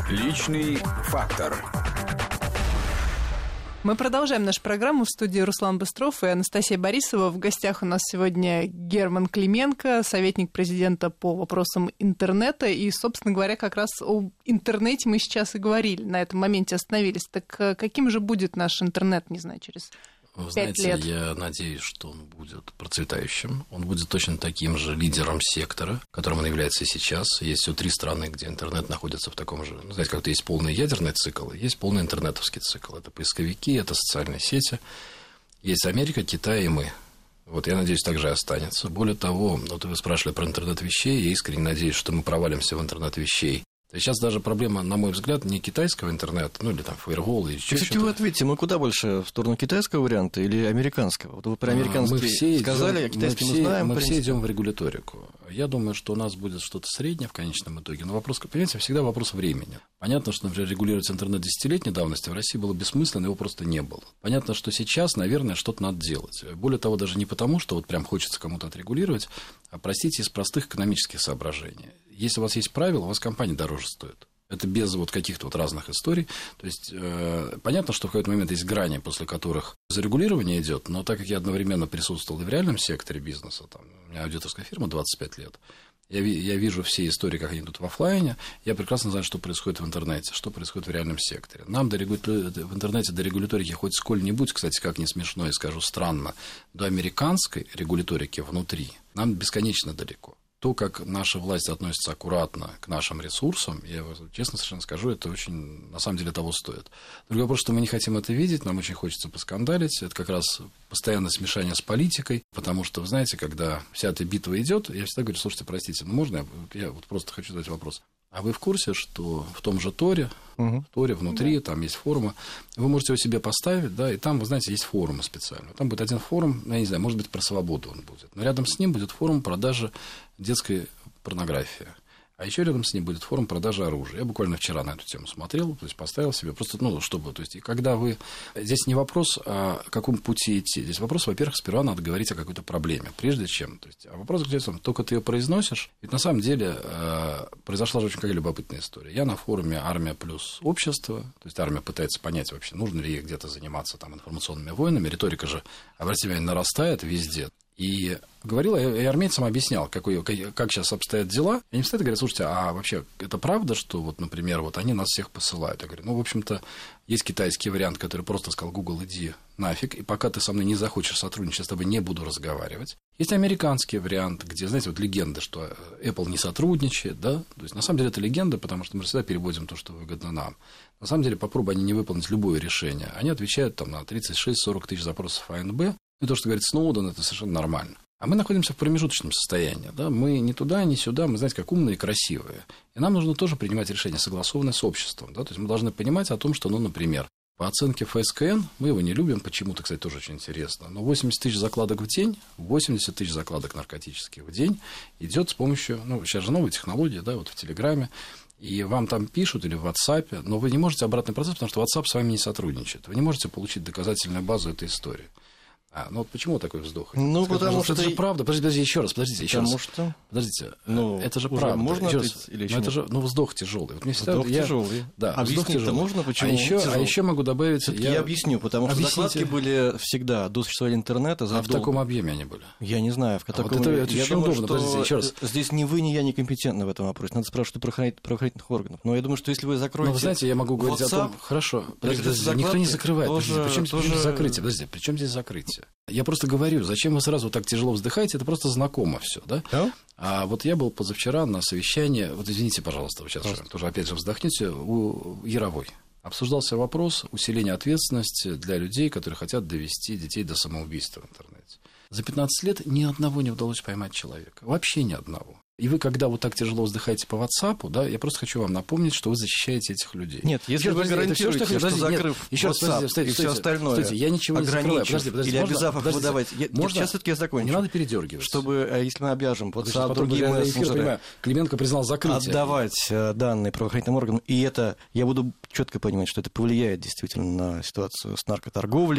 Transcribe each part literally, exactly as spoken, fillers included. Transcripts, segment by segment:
Личный фактор. Мы продолжаем нашу программу. В студии Руслан Быстров и Анастасия Борисова. В гостях у нас сегодня Герман Клименко, советник президента по вопросам интернета. И, собственно говоря, как раз об интернете мы сейчас и говорили, на этом моменте остановились. Так каким же будет наш интернет, не знаю, через Вы пять знаете, лет? Я надеюсь, что он будет процветающим. Он будет точно таким же лидером сектора, которым он является и сейчас. Есть всего три страны, где интернет находится в таком же... Ну, знаете, как-то есть полный ядерный цикл, есть полный интернетовский цикл. Это поисковики, это социальные сети. Есть Америка, Китай и мы. Вот я надеюсь, так же и останется. Более того, вот вы спрашивали про интернет вещей. Я искренне надеюсь, что мы провалимся в интернет вещей. Сейчас даже проблема, на мой взгляд, не китайского интернета, ну или там фаервол, или что-то. Кстати, вы ответите, мы куда больше в сторону китайского варианта или американского? Вот вы про американский мы все сказали, идем, а китайский мы, мы, все, знаем. мы все идем в регуляторику. Я думаю, что у нас будет что-то среднее в конечном итоге. Но вопрос, понимаете, всегда вопрос времени. Понятно, что, например, регулировать интернет десятилетней давности в России было бессмысленно, его просто не было. Понятно, что сейчас, наверное, что-то надо делать. Более того, даже не потому, что вот прям хочется кому-то отрегулировать, а, простите, из простых экономических соображений. Если у вас есть правила, у вас компания дороже стоит. Это без вот каких-то вот разных историй. То есть, э, понятно, что в какой-то момент есть грани, после которых зарегулирование идет, но так как я одновременно присутствовал и в реальном секторе бизнеса, там, у меня аудиторская фирма двадцать пять лет, я, я вижу все истории, как они идут в офлайне, я прекрасно знаю, что происходит в интернете, что происходит в реальном секторе. Нам до регу... в интернете до регуляторики хоть сколь-нибудь, кстати, как не смешно и скажу странно, до американской регуляторики внутри нам бесконечно далеко. То, как наша власть относится аккуратно к нашим ресурсам, я честно совершенно скажу, это очень, на самом деле, того стоит. Другой вопрос, что мы не хотим это видеть, нам очень хочется поскандалить, это как раз постоянное смешание с политикой, потому что, вы знаете, когда вся эта битва идет, я всегда говорю, слушайте, простите, ну можно, я, я вот просто хочу задать вопрос. А вы в курсе, что в том же Торе, угу. в Торе внутри, да. Там есть форумы, вы можете его себе поставить, да, и там, вы знаете, есть форумы специальные. Там будет один форум, я не знаю, может быть, про свободу он будет, но рядом с ним будет форум продажи детской порнографии. А еще рядом с ним будет форум продажи оружия. Я буквально вчера на эту тему смотрел, то есть поставил себе просто, ну, чтобы, то есть, и когда вы... Здесь не вопрос, о каком пути идти. Здесь вопрос, во-первых, сперва надо говорить о какой-то проблеме, прежде чем. То есть, а вопрос, где только ты ее произносишь, ведь на самом деле э, произошла же очень какая любопытная история. Я на форуме «Армия плюс общество», то есть, армия пытается понять вообще, нужно ли ей где-то заниматься там информационными войнами, риторика же, обратите внимание, нарастает везде. И говорил, и армейцам объяснял, какой, как сейчас обстоят дела. И они встают и говорят, слушайте, а вообще это правда, что, вот, например, вот они нас всех посылают? Я говорю, ну, в общем-то, есть китайский вариант, который просто сказал, Google, иди нафиг, и пока ты со мной не захочешь сотрудничать, я с тобой не буду разговаривать. Есть американский вариант, где, знаете, вот легенда, что Apple не сотрудничает, да? То есть, на самом деле, это легенда, потому что мы всегда переводим то, что выгодно нам. На самом деле, попробуй они не выполнить любое решение. Они отвечают там на тридцать шесть сорок тысяч запросов А Н Б. И то, что говорит Сноуден, это совершенно нормально. А мы находимся в промежуточном состоянии. Да? Мы ни туда, ни сюда, мы, знаете, как умные и красивые. И нам нужно тоже принимать решения, согласованные с обществом. Да? То есть мы должны понимать о том, что, ну, например, по оценке Ф С К Н, мы его не любим, почему-то, кстати, тоже очень интересно, но восемьдесят тысяч закладок в день, восемьдесят тысяч закладок наркотических в день идет с помощью, ну, сейчас же новые технологии, да, вот в Телеграме, и вам там пишут или в WhatsApp, но вы не можете обратный процесс, потому что WhatsApp с вами не сотрудничает. Вы не можете получить доказательную базу этой истории. А, ну вот почему такой вздох? Ну, Скажите, потому что... Это же правда. Подождите, подождите, еще раз, подождите, еще потому раз. Что... Подождите, ну, это же правда. Можно еще ответить, раз. или еще ну, это нет? же, ну, вздох тяжелый. Вот мне всегда, вздох я... тяжелый. Да, объяснить-то можно, почему а еще, тяжелый? А еще могу добавить... Я... я объясню, потому что Объясните. закладки были всегда до существования интернета. А в таком объеме они были? Я не знаю, в каком а вот это, это я очень думаю, удобно. что Подождите, еще раз. Здесь ни вы, ни я не компетентны в этом вопросе. Надо спрашивать у правоохранительных органов. Но я думаю, что если вы закроете... Ну, вы знаете, я могу говорить WhatsApp, о том... Хорошо, подождите, подождите, никто не закрывает. Тоже, подождите, причем, тоже... причем закрытие? Подождите, при чем здесь закрытие? Я просто говорю, зачем вы сразу так тяжело вздыхаете, это просто знакомо все, да? Да? А вот я был позавчера на совещании, вот извините, пожалуйста, вы сейчас же, тоже опять же вздохнете, у Яровой. Обсуждался вопрос усиления ответственности для людей, которые хотят довести детей до самоубийства в интернете. За пятнадцать лет ни одного не удалось поймать человека, вообще ни одного. И вы, когда вот так тяжело вздыхаете по WhatsApp, да, я просто хочу вам напомнить, что вы защищаете этих людей. Нет, если вы гарантируете, что, что закрыв еще раз, WhatsApp подождите, и все остальное, стойте, я ничего не закрываю. Подожди, подожди, или можно, обязав их подождите, выдавать. Я, можно, сейчас все-таки я закончу. Не надо передергиваться. Чтобы, если мы обяжем WhatsApp, потом другие мессенджеры, Клименко признал закрытие. Отдавать данные правоохранительным органам, и это, я буду четко понимать, что это повлияет действительно на ситуацию с наркоторговлей,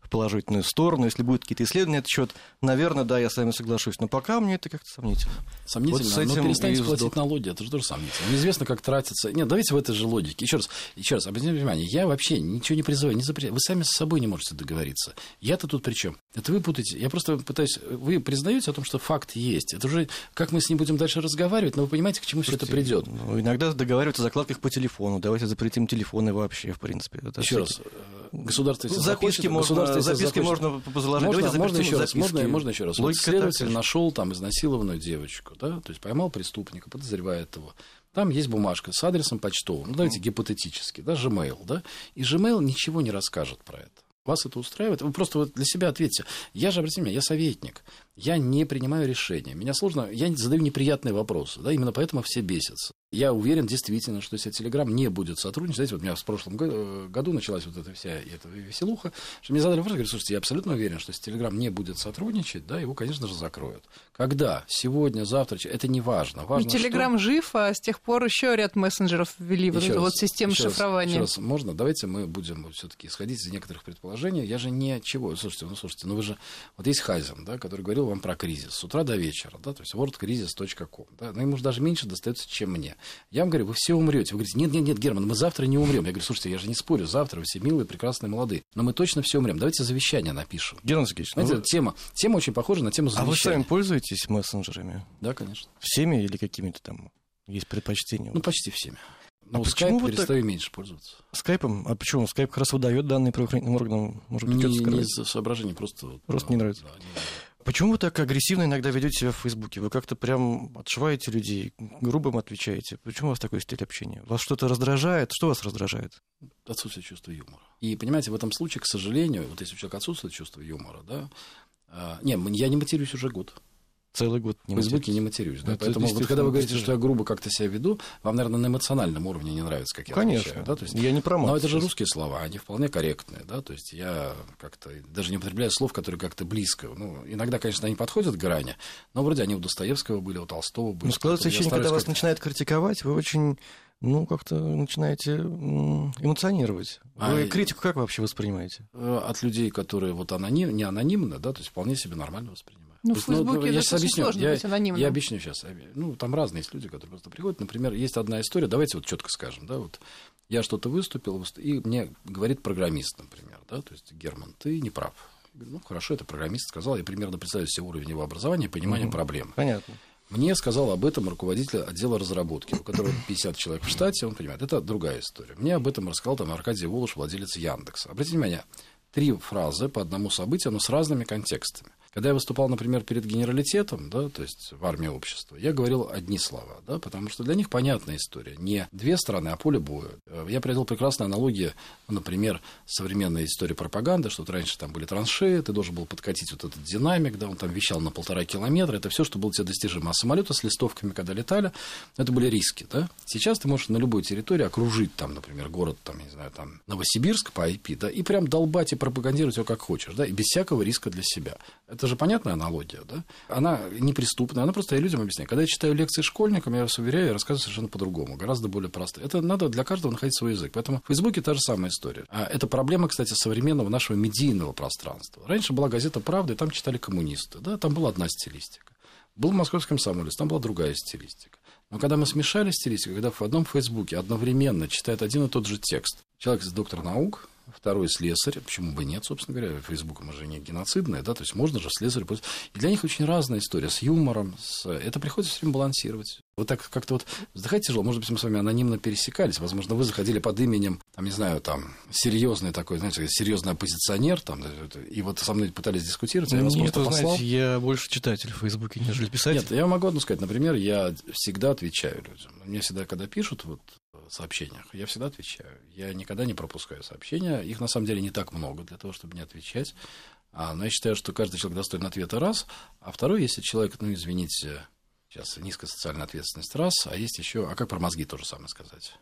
в положительную сторону. Если будут какие-то исследования на этот счет, наверное, да, я с вами соглашусь. Но пока мне это как-то сомнительно. Сомнительно, вот с этим но перестаньте платить налоги, это же тоже сомнительно. Неизвестно, как тратится. Нет, давайте в этой же логике. Еще раз, еще раз, обратите внимание, я вообще ничего не призываю, не запрещаю. Вы сами с собой не можете договориться. Я-то тут при чем? Это вы путаете. Я просто пытаюсь... Вы признаете о том, что факт есть. Это уже как мы с ним будем дальше разговаривать, но вы понимаете, к чему все это придет. Ну, иногда договариваются о закладках по телефону. Давайте запретим телефоны вообще, в принципе. Это еще раз, государство, если записки захочет, можно, государство, если записки захочет, можно позаложить. Можно, Давайте можно, еще раз, можно, можно еще раз. Вот следователь такая. Нашел там изнасилованную девочку, да, то есть поймал преступника, подозревает его. Там есть бумажка с адресом почтовым, ну, давайте гипотетически, да, Gmail, да, и Gmail ничего не расскажет про это. Вас это устраивает? Вы просто вот для себя ответьте. Я же, обратите внимание, я советник. Я не принимаю решения. Меня сложно... Я задаю неприятные вопросы. Да? Именно поэтому все бесятся. Я уверен действительно, что если Telegram не будет сотрудничать... Знаете, вот у меня в прошлом году началась вот эта вся эта веселуха, что мне задали вопрос, говорят, слушайте, я абсолютно уверен, что если Telegram не будет сотрудничать, да, его, конечно же, закроют. Когда? Сегодня, завтра? Это не важно. Важно, ну, Telegram что... жив, а с тех пор еще ряд мессенджеров ввели вот эту вот систему шифрования. Еще раз, можно? Давайте мы будем все-таки исходить из некоторых предположений. Я же ничего... Слушайте, ну, слушайте, ну вы же... Вот есть Хайзен, да, который говорил вам про кризис с утра до вечера, да, то есть world crisis точка com, да, но ему же даже меньше достается, чем мне. Я вам говорю, вы все умрете. Вы говорите, нет, нет, нет, Герман, мы завтра не умрем. Я говорю, слушайте, я же не спорю, завтра вы все милые, прекрасные, молодые, но мы точно все умрем. Давайте завещание напишем. Герман Сергеевич, знаете, вы... тема, тема очень похожа на тему завещания. А вы сами пользуетесь мессенджерами? Да, конечно. Всеми или какими-то там есть предпочтения? Ну, почти всеми. Но а скайп перестаю так... меньше пользоваться. Скайпом? А почему? Скайп как раз выдает данные правоохранительным органам. Может быть, не, не из соображений, просто... Просто не нравится. Да, не нравится. Почему вы так агрессивно иногда ведете себя в Фейсбуке? Вы как-то прям отшиваете людей, грубо им отвечаете. Почему у вас такой стиль общения? Вас что-то раздражает? Что вас раздражает? Отсутствие чувства юмора. И, понимаете, в этом случае, к сожалению, вот если у человека отсутствует чувство юмора, да... А, не, я не матерюсь уже год. Целый год не в Фейсбуке не матерюсь. Да? Поэтому вот, когда вы говорите, что я грубо как-то себя веду, вам, наверное, на эмоциональном уровне не нравится, как я Конечно. отвечаю. Да? То есть, я не про мат но это сейчас. же русские слова, они вполне корректные. Да? То есть я как-то даже не употребляю слов, которые как-то близко. Ну, иногда, конечно, они подходят к грани, но вроде они у Достоевского были, у Толстого были. Но складывается ощущение, когда вас начинают критиковать, вы очень... Ну, как-то начинаете эмоционировать. Вы а критику как вообще воспринимаете? От людей, которые вот аноним, не анонимны, да, то есть вполне себе нормально воспринимают. Ну, в Фейсбуке ну, я сейчас объясню. Сложно я, быть анонимным. Я объясню сейчас. Ну, там разные есть люди, которые просто приходят. Например, есть одна история, давайте вот четко скажем, да, вот я что-то выступил, и мне говорит программист, например, да, то есть, Герман, ты не прав. Я говорю, ну, хорошо, это программист сказал, я примерно представляю себе уровень его образования и понимания mm-hmm. проблемы. Понятно. Мне сказал об этом руководитель отдела разработки, у которого пятьдесят человек в штате, он понимает, это другая история. Мне об этом рассказал там Аркадий Волош, владелец Яндекса. Обратите внимание, три фразы по одному событию, но с разными контекстами. Когда я выступал, например, перед генералитетом, да, то есть в армии общества, я говорил одни слова, да, потому что для них понятная история. Не две стороны, а поле боя. Я приводил прекрасные аналогии, ну, например, современная история пропаганды, что вот раньше там были траншеи, ты должен был подкатить вот этот динамик, да, он там вещал на полтора километра, это все, что было тебе достижимо. А самолеты с листовками, когда летали, это были риски, да. Сейчас ты можешь на любой территории окружить там, например, город, там, не знаю, там, Новосибирск по ай пи, да, и прям долбать и пропагандировать его как хочешь, да, и без всякого риска для себя. Это же понятная аналогия, да? Она неприступная, она просто я людям объясняю. Когда я читаю лекции школьникам, я вас уверяю, я рассказываю совершенно по-другому, гораздо более просто. Это надо для каждого находить свой язык. Поэтому в Фейсбуке та же самая история. А это проблема, кстати, современного нашего медийного пространства. Раньше была газета «Правда», и там читали коммунисты, да? Там была одна стилистика. Был Московский комсомолец, там была другая стилистика. Но когда мы смешали стилистику, когда в одном Фейсбуке одновременно читает один и тот же текст, человек из доктор наук, второй слесарь, почему бы нет, собственно говоря, Фейсбук мы же не геноцидные, да, то есть можно же слесарь пользоваться. И для них очень разная история, с юмором, с... это приходится все время балансировать. Вот так как-то вот вздыхать тяжело, может быть, мы с вами анонимно пересекались, возможно, вы заходили под именем, там, не знаю, там, серьезный такой, знаете, серьезный оппозиционер, там, и вот со мной пытались дискутировать, а я вас нет, просто послал. Знаете, я больше читатель в Фейсбуке, нежели писатель. Нет, я могу одно сказать, например, я всегда отвечаю людям. Мне всегда, когда пишут вот в сообщениях, я всегда отвечаю. Я никогда не пропускаю сообщения. Их, на самом деле, не так много для того, чтобы не отвечать. А, но я считаю, что каждый человек достоин ответа раз. А второй, если человек, ну, извините, сейчас низкая социальная ответственность раз, а есть еще... А как про мозги тоже самое сказать?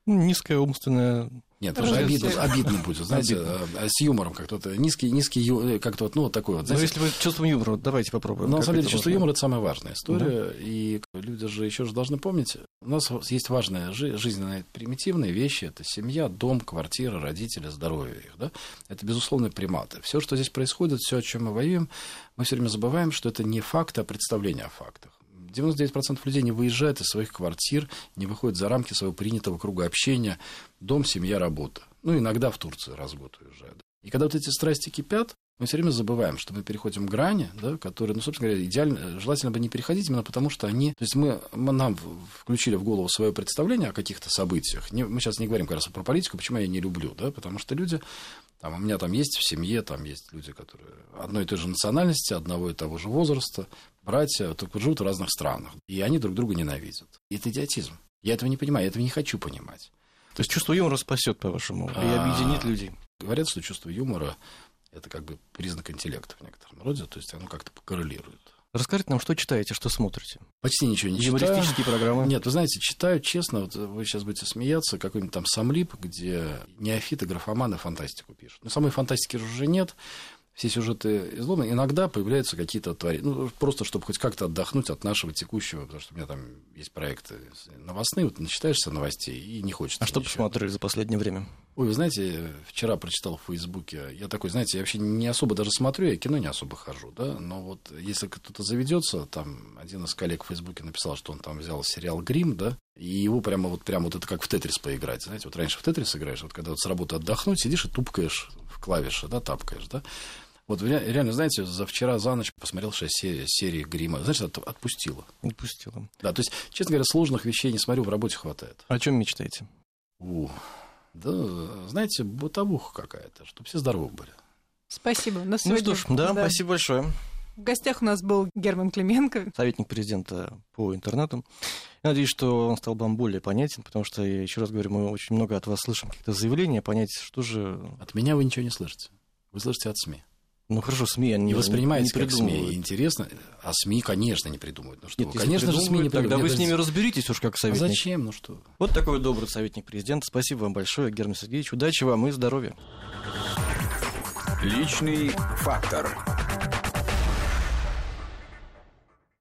Низкая умственная... Нет, уже обидно, обидно будет, знаете, обидно. С юмором как-то. Низкий, низкий ю... как-то вот, ну, вот такой вот. Знаете, но если вы чувством юмора, давайте попробуем. Но, на самом деле, чувство юмора – это самая важная история. Да. И люди же еще же должны помнить, у нас есть важные жизненные примитивные вещи. Это семья, дом, квартира, родители, здоровье их. Да? Это, безусловно, приматы. Все, что здесь происходит, все, о чем мы воюем, мы все время забываем, что это не факты, а представление о фактах. девяносто девять процентов людей не выезжают из своих квартир, не выходят за рамки своего принятого круга общения. Дом, семья, работа. Ну, иногда в Турцию раз в год уезжают. И когда вот эти страсти кипят, мы все время забываем, что мы переходим к грани, да, которые, ну, собственно говоря, идеально, желательно бы не переходить, именно потому что они... То есть мы, мы нам включили в голову свое представление о каких-то событиях. Не, мы сейчас не говорим как раз про политику, почему я не люблю, да, потому что люди... Там, у меня там есть в семье, там есть люди, которые одной и той же национальности, одного и того же возраста, братья, только живут в разных странах. И они друг друга ненавидят. И это идиотизм. Я этого не понимаю, я этого не хочу понимать. То есть чувство юмора спасет, по-вашему, и объединит людей? Говорят, что чувство юмора – это как бы признак интеллекта в некотором роде, то есть оно как-то коррелирует. Расскажите нам, что читаете, что смотрите? Почти ничего не читаю. Юмористические программы? Нет, вы знаете, читаю, честно, вот вы сейчас будете смеяться, какой-нибудь там Самлип, где неофиты, графоманы фантастику пишут. Но самой фантастики уже нет, все сюжеты изломаны. Иногда появляются какие-то творения, ну, просто чтобы хоть как-то отдохнуть от нашего текущего, потому что у меня там есть проекты новостные, вот начитаешься новостей и не хочется. А что посмотрели за последнее время? Ой, вы знаете, вчера прочитал в Фейсбуке, я такой, знаете, я вообще не особо даже смотрю, я кино не особо хожу, да, но вот если кто-то заведется, там один из коллег в Фейсбуке написал, что он там взял сериал «Грим», да, и его прямо вот, прямо вот это как в Тетрис поиграть, знаете, вот раньше в Тетрис играешь, вот когда вот с работы отдохнуть, сидишь и тупкаешь в клавиши, да, тапкаешь, да. Вот реально, знаете, за вчера, за ночь посмотрел шесть серий, серий «Грима». Знаешь, отпустило. Отпустило. Да, то есть, честно говоря, сложных вещей не смотрю, в работе хватает. О чем мечтаете? У, да, знаете, бытовуха какая-то, чтобы все здоровы были. Спасибо. На сегодня... Ну что ж, да, да, спасибо большое. В гостях у нас был Герман Клименко, советник президента по интернету. Я надеюсь, что он стал бы вам более понятен, потому что, я еще раз говорю, мы очень много от вас слышим каких-то заявлений, понять, что же... От меня вы ничего не слышите. Вы слышите от СМИ. Ну хорошо, СМИ они не воспринимаете не как СМИ. Интересно, а СМИ, конечно, не придумывают. Ну, что Нет, конечно же, СМИ не придумывают. Тогда вы с ними разберитесь уж как советник. А зачем? Ну что? Вот такой добрый советник президента. Спасибо вам большое, Герман Сергеевич. Удачи вам и здоровья. Личный фактор.